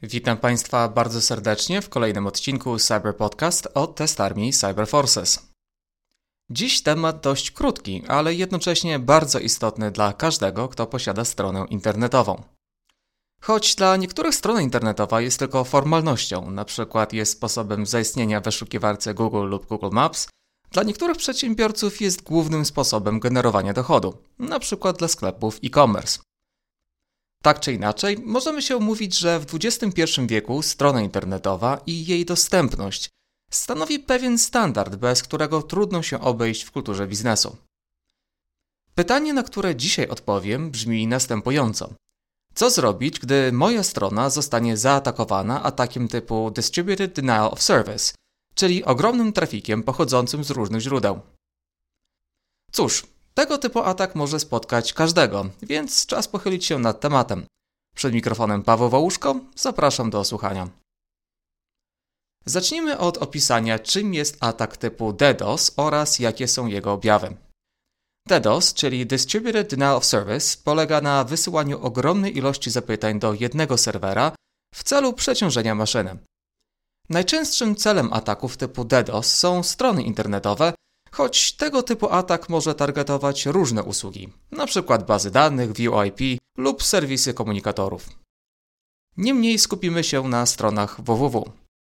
Witam Państwa bardzo serdecznie w kolejnym odcinku Cyber Podcast od Testarmii Cyber Forces. Dziś temat dość krótki, ale jednocześnie bardzo istotny dla każdego, kto posiada stronę internetową. Choć dla niektórych strona internetowa jest tylko formalnością, na przykład jest sposobem zaistnienia w wyszukiwarce Google lub Google Maps, dla niektórych przedsiębiorców jest głównym sposobem generowania dochodu, na przykład dla sklepów e-commerce. Tak czy inaczej, możemy się umówić, że w XXI wieku strona internetowa i jej dostępność stanowi pewien standard, bez którego trudno się obejść w kulturze biznesu. Pytanie, na które dzisiaj odpowiem, brzmi następująco. Co zrobić, gdy moja strona zostanie zaatakowana atakiem typu Distributed Denial of Service, czyli ogromnym trafikiem pochodzącym z różnych źródeł? Cóż, tego typu atak może spotkać każdego, więc czas pochylić się nad tematem. Przed mikrofonem Paweł Wałuszko, zapraszam do słuchania. Zacznijmy od opisania, czym jest atak typu DDoS oraz jakie są jego objawy. DDoS, czyli Distributed Denial of Service, polega na wysyłaniu ogromnej ilości zapytań do jednego serwera w celu przeciążenia maszyny. Najczęstszym celem ataków typu DDoS są strony internetowe, choć tego typu atak może targetować różne usługi, np. bazy danych, VoIP lub serwisy komunikatorów. Niemniej skupimy się na stronach www.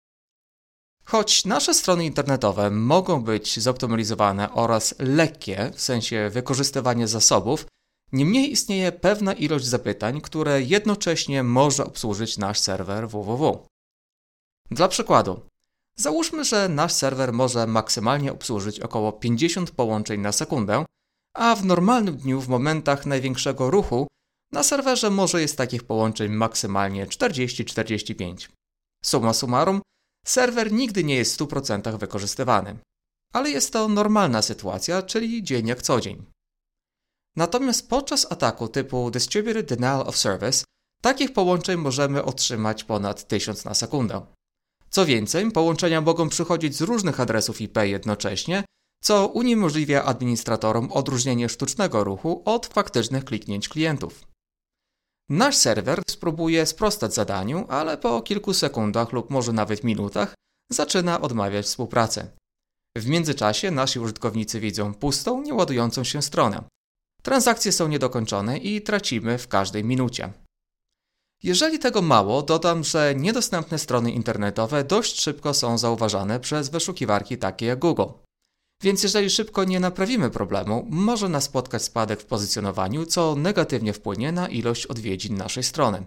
Choć nasze strony internetowe mogą być zoptymalizowane oraz lekkie, w sensie wykorzystywania zasobów, niemniej istnieje pewna ilość zapytań, które jednocześnie może obsłużyć nasz serwer www. Dla przykładu, załóżmy, że nasz serwer może maksymalnie obsłużyć około 50 połączeń na sekundę, a w normalnym dniu w momentach największego ruchu na serwerze może jest takich połączeń maksymalnie 40-45. Summa summarum, serwer nigdy nie jest w 100% wykorzystywany. Ale jest to normalna sytuacja, czyli dzień jak co dzień. Natomiast podczas ataku typu Distributed Denial of Service takich połączeń możemy otrzymać ponad 1000 na sekundę. Co więcej, połączenia mogą przychodzić z różnych adresów IP jednocześnie, co uniemożliwia administratorom odróżnienie sztucznego ruchu od faktycznych kliknięć klientów. Nasz serwer spróbuje sprostać zadaniu, ale po kilku sekundach lub może nawet minutach zaczyna odmawiać współpracy. W międzyczasie nasi użytkownicy widzą pustą, nieładującą się stronę. Transakcje są niedokończone i tracimy w każdej minucie. Jeżeli tego mało, dodam, że niedostępne strony internetowe dość szybko są zauważane przez wyszukiwarki takie jak Google. Więc jeżeli szybko nie naprawimy problemu, może nas spotkać spadek w pozycjonowaniu, co negatywnie wpłynie na ilość odwiedzin naszej strony.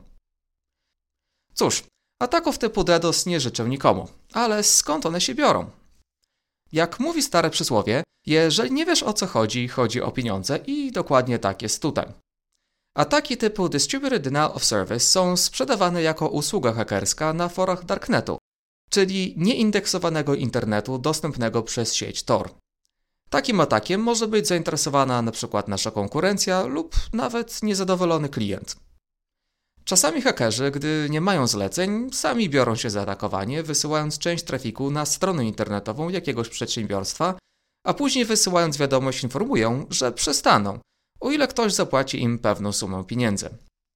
Cóż, ataków typu DDoS nie życzę nikomu, ale skąd one się biorą? Jak mówi stare przysłowie, jeżeli nie wiesz o co chodzi, chodzi o pieniądze i dokładnie tak jest tutaj. Ataki typu Distributed Denial of Service są sprzedawane jako usługa hakerska na forach Darknetu, czyli nieindeksowanego internetu dostępnego przez sieć Tor. Takim atakiem może być zainteresowana np. nasza konkurencja lub nawet niezadowolony klient. Czasami hakerzy, gdy nie mają zleceń, sami biorą się za atakowanie, wysyłając część trafiku na stronę internetową jakiegoś przedsiębiorstwa, a później wysyłając wiadomość informują, że przestaną, o ile ktoś zapłaci im pewną sumę pieniędzy.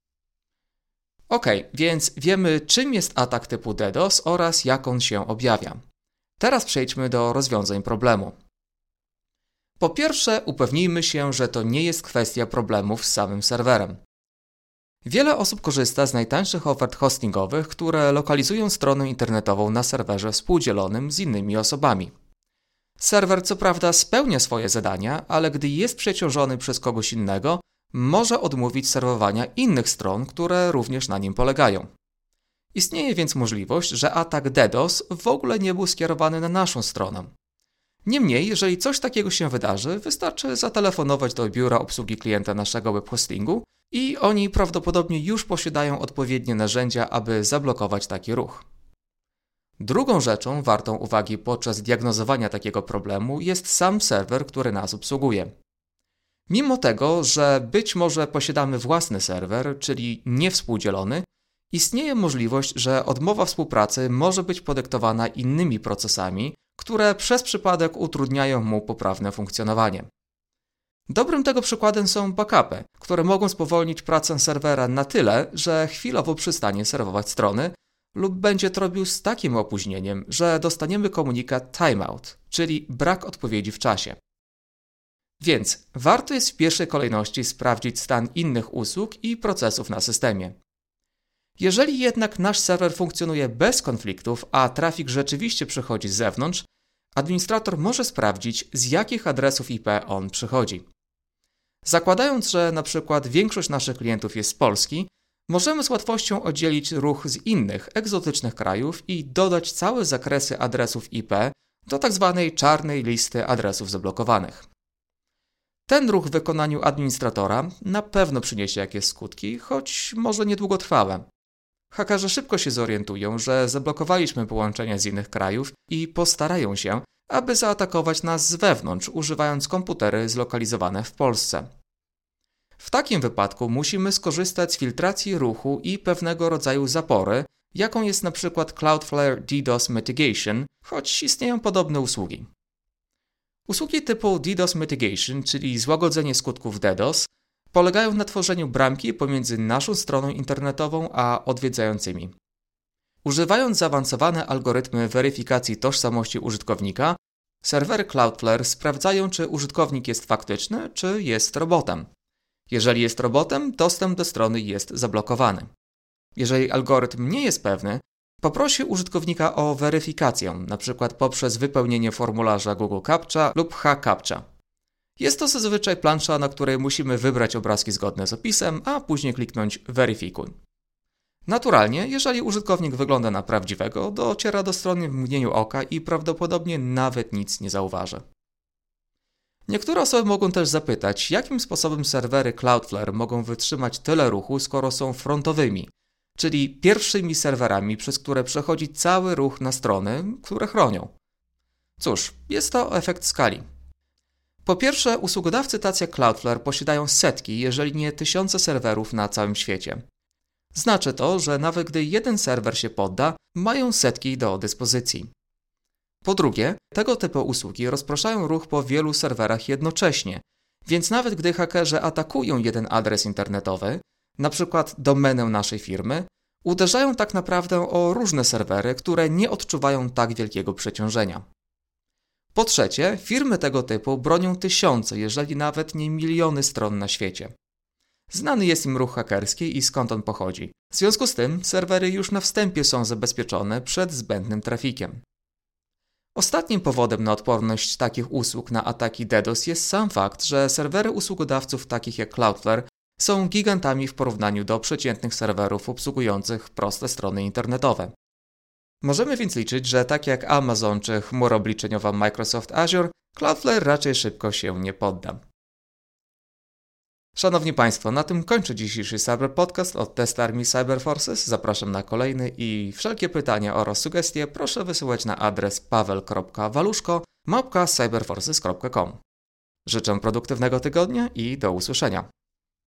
Więc wiemy, czym jest atak typu DDoS oraz jak on się objawia. Teraz przejdźmy do rozwiązań problemu. Po pierwsze, upewnijmy się, że to nie jest kwestia problemów z samym serwerem. Wiele osób korzysta z najtańszych ofert hostingowych, które lokalizują stronę internetową na serwerze współdzielonym z innymi osobami. Serwer co prawda spełnia swoje zadania, ale gdy jest przeciążony przez kogoś innego, może odmówić serwowania innych stron, które również na nim polegają. Istnieje więc możliwość, że atak DDoS w ogóle nie był skierowany na naszą stronę. Niemniej, jeżeli coś takiego się wydarzy, wystarczy zatelefonować do biura obsługi klienta naszego webhostingu i oni prawdopodobnie już posiadają odpowiednie narzędzia, aby zablokować taki ruch. Drugą rzeczą wartą uwagi podczas diagnozowania takiego problemu jest sam serwer, który nas obsługuje. Mimo tego, że być może posiadamy własny serwer, czyli niewspółdzielony, istnieje możliwość, że odmowa współpracy może być podyktowana innymi procesami, które przez przypadek utrudniają mu poprawne funkcjonowanie. Dobrym tego przykładem są backupy, które mogą spowolnić pracę serwera na tyle, że chwilowo przestanie serwować strony, lub będzie to robił z takim opóźnieniem, że dostaniemy komunikat timeout, czyli brak odpowiedzi w czasie. Więc warto jest w pierwszej kolejności sprawdzić stan innych usług i procesów na systemie. Jeżeli jednak nasz serwer funkcjonuje bez konfliktów, a trafik rzeczywiście przychodzi z zewnątrz, administrator może sprawdzić, z jakich adresów IP on przychodzi. Zakładając, że np. większość naszych klientów jest z Polski, możemy z łatwością oddzielić ruch z innych egzotycznych krajów i dodać całe zakresy adresów IP do tzw. czarnej listy adresów zablokowanych. Ten ruch w wykonaniu administratora na pewno przyniesie jakieś skutki, choć może niedługotrwałe. Hakerzy szybko się zorientują, że zablokowaliśmy połączenia z innych krajów i postarają się, aby zaatakować nas z wewnątrz, używając komputery zlokalizowane w Polsce. W takim wypadku musimy skorzystać z filtracji ruchu i pewnego rodzaju zapory, jaką jest np. Cloudflare DDoS Mitigation, choć istnieją podobne usługi. Usługi typu DDoS Mitigation, czyli złagodzenie skutków DDoS, polegają na tworzeniu bramki pomiędzy naszą stroną internetową a odwiedzającymi. Używając zaawansowane algorytmy weryfikacji tożsamości użytkownika, serwery Cloudflare sprawdzają, czy użytkownik jest faktyczny, czy jest robotem. Jeżeli jest robotem, dostęp do strony jest zablokowany. Jeżeli algorytm nie jest pewny, poprosi użytkownika o weryfikację, np. poprzez wypełnienie formularza Google CAPTCHA lub HCAPTCHA. Jest to zazwyczaj plansza, na której musimy wybrać obrazki zgodne z opisem, a później kliknąć Weryfikuj. Naturalnie, jeżeli użytkownik wygląda na prawdziwego, dociera do strony w mgnieniu oka i prawdopodobnie nawet nic nie zauważy. Niektóre osoby mogą też zapytać, jakim sposobem serwery Cloudflare mogą wytrzymać tyle ruchu, skoro są frontowymi, czyli pierwszymi serwerami, przez które przechodzi cały ruch na strony, które chronią. Cóż, jest to efekt skali. Po pierwsze, usługodawcy tacy jak Cloudflare posiadają setki, jeżeli nie tysiące serwerów na całym świecie. Znaczy to, że nawet gdy jeden serwer się podda, mają setki do dyspozycji. Po drugie, tego typu usługi rozpraszają ruch po wielu serwerach jednocześnie, więc nawet gdy hakerzy atakują jeden adres internetowy, np. domenę naszej firmy, uderzają tak naprawdę o różne serwery, które nie odczuwają tak wielkiego przeciążenia. Po trzecie, firmy tego typu bronią tysiące, jeżeli nawet nie miliony stron na świecie. Znany jest im ruch hakerski i skąd on pochodzi. W związku z tym serwery już na wstępie są zabezpieczone przed zbędnym trafikiem. Ostatnim powodem na odporność takich usług na ataki DDoS jest sam fakt, że serwery usługodawców takich jak Cloudflare są gigantami w porównaniu do przeciętnych serwerów obsługujących proste strony internetowe. Możemy więc liczyć, że tak jak Amazon czy chmura obliczeniowa Microsoft Azure, Cloudflare raczej szybko się nie podda. Szanowni Państwo, na tym kończę dzisiejszy Cyber Podcast od Test Army Cyber Forces. Zapraszam na kolejny i wszelkie pytania oraz sugestie proszę wysyłać na adres paweł.waluszko@cyberforces.com. Życzę produktywnego tygodnia i do usłyszenia.